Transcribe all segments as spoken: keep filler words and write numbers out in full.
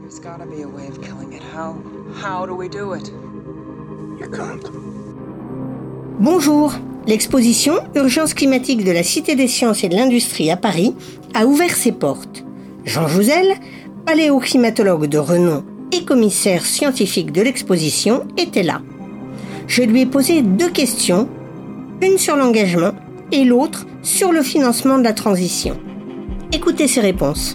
There's gotta be a way of killing it. How? How do we do it? You can't. Bonjour. L'exposition Urgence climatique de la Cité des sciences et de l'industrie à Paris a ouvert ses portes. Jean Jouzel, paléoclimatologue de renom et commissaire scientifique de l'exposition, était là. Je lui ai posé deux questions, une sur l'engagement et l'autre sur le financement de la transition. Écoutez ses réponses.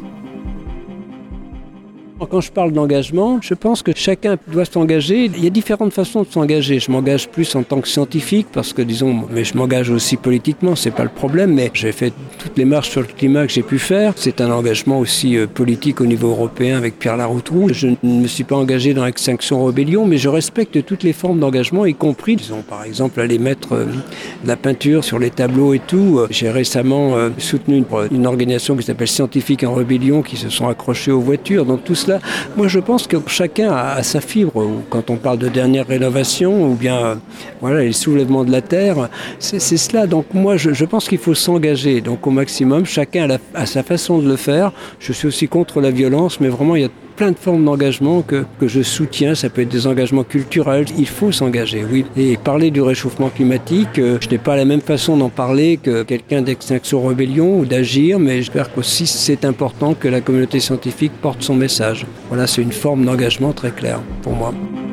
Quand je parle d'engagement, je pense que chacun doit s'engager. Il y a différentes façons de s'engager. Je m'engage plus en tant que scientifique parce que, disons, mais je m'engage aussi politiquement, c'est pas le problème, mais j'ai fait toutes les marches sur le climat que j'ai pu faire. C'est un engagement aussi euh, politique au niveau européen avec Pierre Laroutoux. Je ne me suis pas engagé dans l'Extinction Rebellion, mais je respecte toutes les formes d'engagement, y compris, disons, par exemple, aller mettre euh, de la peinture sur les tableaux et tout. J'ai récemment euh, soutenu une, une organisation qui s'appelle Scientifiques en Rébellion qui se sont accrochés aux voitures. Donc tout cela, moi je pense que chacun a sa fibre. Quand on parle de dernière rénovation ou bien euh, voilà, les soulèvements de la terre, c'est, c'est cela. Donc moi je, je pense qu'il faut s'engager. Donc au maximum, chacun a, la, a sa façon de le faire. Je suis aussi contre la violence, mais vraiment il y a plein de formes d'engagement que, que je soutiens. Ça peut être des engagements culturels. Il faut s'engager, oui. Et parler du réchauffement climatique, euh, je n'ai pas la même façon d'en parler que quelqu'un d'Extinction Rebellion ou d'Agir, mais j'espère qu'aussi c'est important que la communauté scientifique porte son message. Voilà, c'est une forme d'engagement très claire pour moi.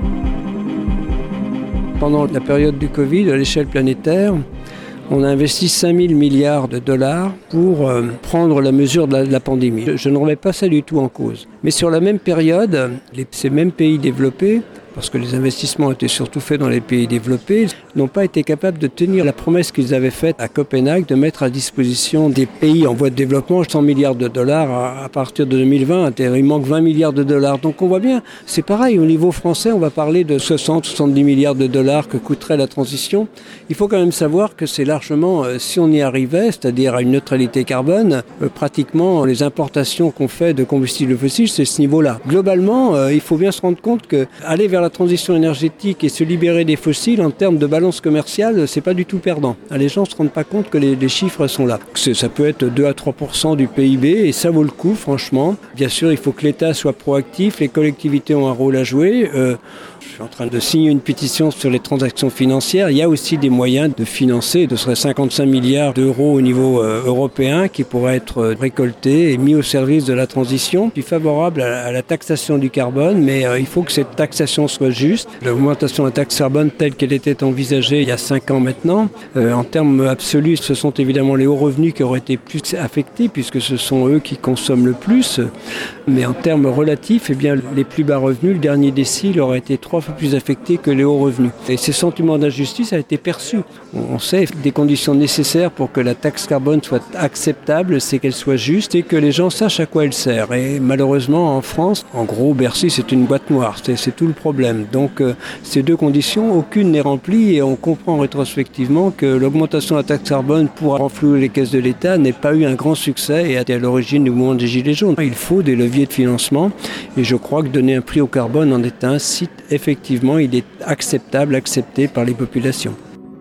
Pendant la période du Covid, à l'échelle planétaire, on a investi cinq mille milliards de dollars pour euh, prendre la mesure de la, de la pandémie. Je, je ne remets pas ça du tout en cause. Mais sur la même période, les, ces mêmes pays développés, parce que les investissements étaient surtout faits dans les pays développés, n'ont pas été capables de tenir la promesse qu'ils avaient faite à Copenhague de mettre à disposition des pays en voie de développement cent milliards de dollars à, à partir de deux mille vingt. Il manque vingt milliards de dollars. Donc on voit bien, c'est pareil, au niveau français, on va parler de soixante à soixante-dix milliards de dollars que coûterait la transition. Il faut quand même savoir que c'est largement, euh, si on y arrivait, c'est-à-dire à une neutralité carbone, euh, pratiquement les importations qu'on fait de combustibles fossiles, c'est ce niveau-là. Globalement, euh, il faut bien se rendre compte que aller vers la transition énergétique et se libérer des fossiles en termes de balance commerciale, c'est pas du tout perdant. Les gens ne se rendent pas compte que les, les chiffres sont là. C'est, ça peut être deux à trois pour cent du P I B et ça vaut le coup, franchement. Bien sûr, il faut que l'État soit proactif, les collectivités ont un rôle à jouer. Euh, je suis en train de signer une pétition sur les transactions financières. Il y a aussi des moyens de financer. Ce serait cinquante-cinq milliards d'euros au niveau euh, européen qui pourraient être récoltés et mis au service de la transition. Je suis favorable à la, à la taxation du carbone, mais euh, il faut que cette taxation soit juste. L'augmentation de la taxe carbone telle qu'elle était envisagée il y a cinq ans maintenant, euh, en termes absolus, ce sont évidemment les hauts revenus qui auraient été plus affectés puisque ce sont eux qui consomment le plus. Mais en termes relatifs, eh bien, les plus bas revenus, le dernier décile, aurait été trois fois plus affectés que les hauts revenus. Et ce sentiment d'injustice a été perçu. On sait des conditions nécessaires pour que la taxe carbone soit acceptable, c'est qu'elle soit juste et que les gens sachent à quoi elle sert. Et malheureusement, en France, en gros, Bercy, c'est une boîte noire. C'est, c'est tout le problème. Donc, euh, ces deux conditions, aucune n'est remplie et on comprend rétrospectivement que l'augmentation de la taxe carbone pour renflouer les caisses de l'État n'ait pas eu un grand succès et a été à l'origine du mouvement des Gilets jaunes. Il faut des leviers de financement et je crois que donner un prix au carbone en est un si effectivement il est acceptable, accepté par les populations.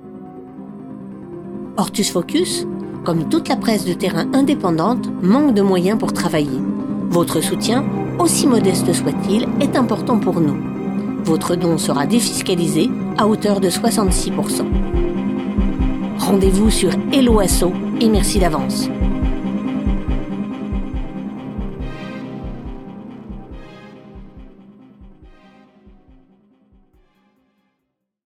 Hortus Focus, comme toute la presse de terrain indépendante, manque de moyens pour travailler. Votre soutien, aussi modeste soit-il, est important pour nous. Votre don sera défiscalisé à hauteur de soixante-six pour cent. Rendez-vous sur Hello Asso et merci d'avance.